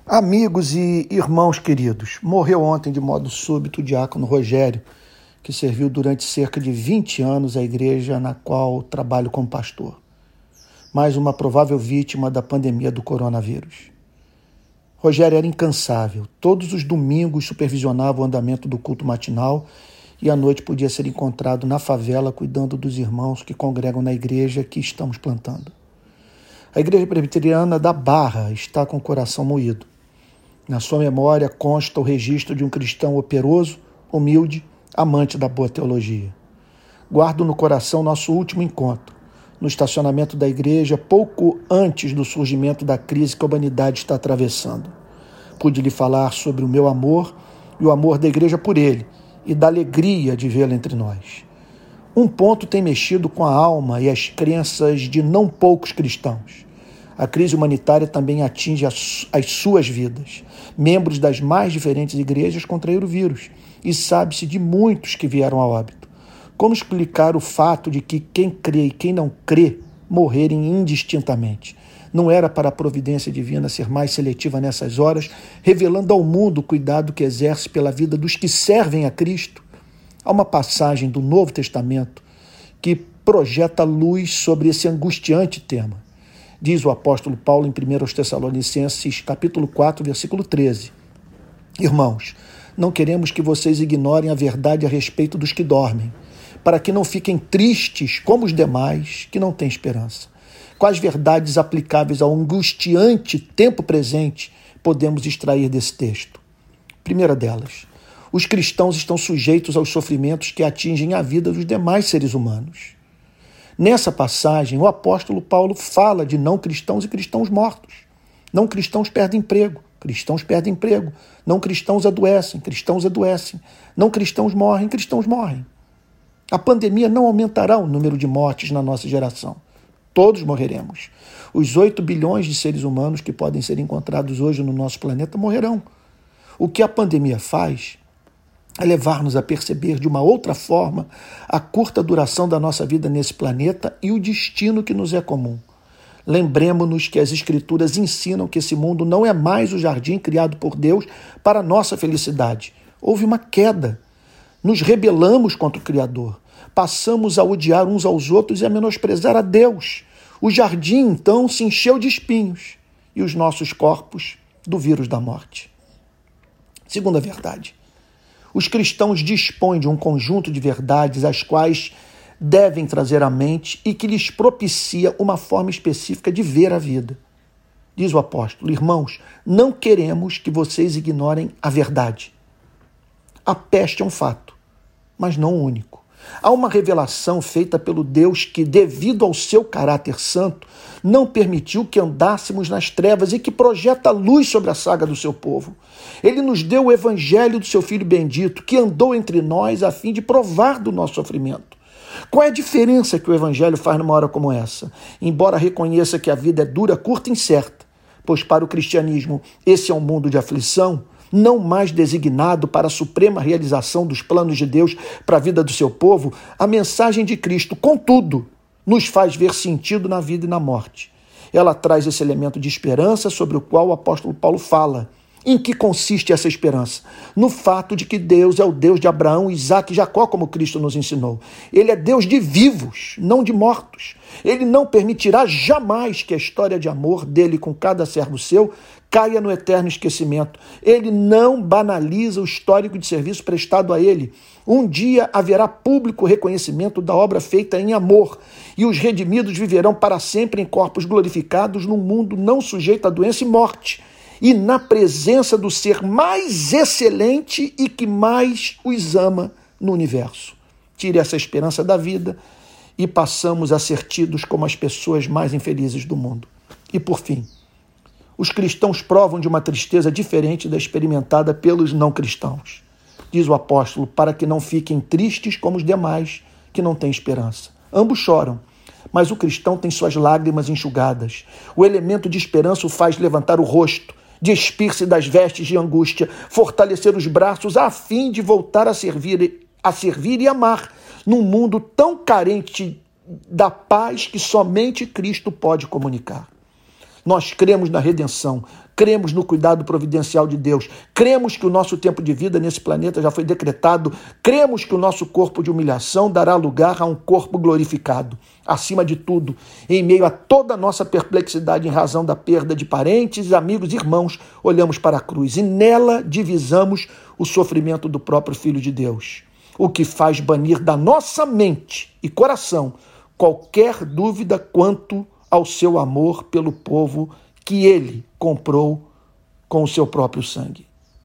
Amigos e irmãos queridos, morreu ontem de modo súbito o diácono Rogério, que serviu durante cerca de 20 anos a igreja na qual trabalho como pastor. Mais uma provável vítima da pandemia do coronavírus. Rogério era incansável. Todos os domingos supervisionava o andamento do culto matinal e à noite podia ser encontrado na favela cuidando dos irmãos que congregam na igreja que estamos plantando. A igreja presbiteriana da Barra está com o coração moído. Na sua memória consta o registro de um cristão operoso, humilde, amante da boa teologia. Guardo no coração nosso último encontro, no estacionamento da igreja, pouco antes do surgimento da crise que a humanidade está atravessando. Pude lhe falar sobre o meu amor e o amor da igreja por ele, e da alegria de vê-lo entre nós. Um ponto tem mexido com a alma e as crenças de não poucos cristãos. A crise humanitária também atinge as suas vidas. Membros das mais diferentes igrejas contraíram o vírus e sabe-se de muitos que vieram a óbito. Como explicar o fato de que quem crê e quem não crê morrerem indistintamente? Não era para a providência divina ser mais seletiva nessas horas, revelando ao mundo o cuidado que exerce pela vida dos que servem a Cristo? Há uma passagem do Novo Testamento que projeta luz sobre esse angustiante tema. Diz o apóstolo Paulo em 1 Tessalonicenses, capítulo 4, versículo 13. Irmãos, não queremos que vocês ignorem a verdade a respeito dos que dormem, para que não fiquem tristes como os demais que não têm esperança. Quais verdades aplicáveis ao angustiante tempo presente podemos extrair desse texto? Primeira delas, os cristãos estão sujeitos aos sofrimentos que atingem a vida dos demais seres humanos. Nessa passagem, o apóstolo Paulo fala de não cristãos e cristãos mortos. Não cristãos perdem emprego, cristãos perdem emprego. Não cristãos adoecem, cristãos adoecem. Não cristãos morrem, cristãos morrem. A pandemia não aumentará o número de mortes na nossa geração. Todos morreremos. Os 8 bilhões de seres humanos que podem ser encontrados hoje no nosso planeta morrerão. O que a pandemia faz é levar-nos a perceber de uma outra forma a curta duração da nossa vida nesse planeta e o destino que nos é comum. Lembremos-nos que as Escrituras ensinam que esse mundo não é mais o jardim criado por Deus para a nossa felicidade. Houve uma queda. Nos rebelamos contra o Criador. Passamos a odiar uns aos outros e a menosprezar a Deus. O jardim, então, se encheu de espinhos e os nossos corpos do vírus da morte. Segunda verdade. Os cristãos dispõem de um conjunto de verdades às quais devem trazer à mente e que lhes propicia uma forma específica de ver a vida. Diz o apóstolo: irmãos, não queremos que vocês ignorem a verdade. A peste é um fato, mas não o único. Há uma revelação feita pelo Deus que, devido ao seu caráter santo, não permitiu que andássemos nas trevas e que projeta luz sobre a saga do seu povo. Ele nos deu o evangelho do seu Filho bendito, que andou entre nós a fim de provar do nosso sofrimento. Qual é a diferença que o evangelho faz numa hora como essa? Embora reconheça que a vida é dura, curta e incerta, pois para o cristianismo esse é um mundo de aflição, não mais designado para a suprema realização dos planos de Deus para a vida do seu povo, a mensagem de Cristo, contudo, nos faz ver sentido na vida e na morte. Ela traz esse elemento de esperança sobre o qual o apóstolo Paulo fala. Em que consiste essa esperança? No fato de que Deus é o Deus de Abraão, Isaque e Jacó, como Cristo nos ensinou. Ele é Deus de vivos, não de mortos. Ele não permitirá jamais que a história de amor dele com cada servo seu caia no eterno esquecimento. Ele não banaliza o histórico de serviço prestado a ele. Um dia haverá público reconhecimento da obra feita em amor, e os redimidos viverão para sempre em corpos glorificados num mundo não sujeito a doença e morte, e na presença do ser mais excelente e que mais os ama no universo. Tire essa esperança da vida e passamos a ser tidos como as pessoas mais infelizes do mundo. E por fim, os cristãos provam de uma tristeza diferente da experimentada pelos não cristãos. Diz o apóstolo, para que não fiquem tristes como os demais que não têm esperança. Ambos choram, mas o cristão tem suas lágrimas enxugadas. O elemento de esperança o faz levantar o rosto, despir-se das vestes de angústia, fortalecer os braços a fim de voltar a servir e amar num mundo tão carente da paz que somente Cristo pode comunicar. Nós cremos na redenção, cremos no cuidado providencial de Deus, cremos que o nosso tempo de vida nesse planeta já foi decretado, cremos que o nosso corpo de humilhação dará lugar a um corpo glorificado. Acima de tudo, em meio a toda a nossa perplexidade em razão da perda de parentes, amigos, irmãos, olhamos para a cruz e nela divisamos o sofrimento do próprio Filho de Deus, o que faz banir da nossa mente e coração qualquer dúvida quanto ao seu amor pelo povo que ele comprou com o seu próprio sangue.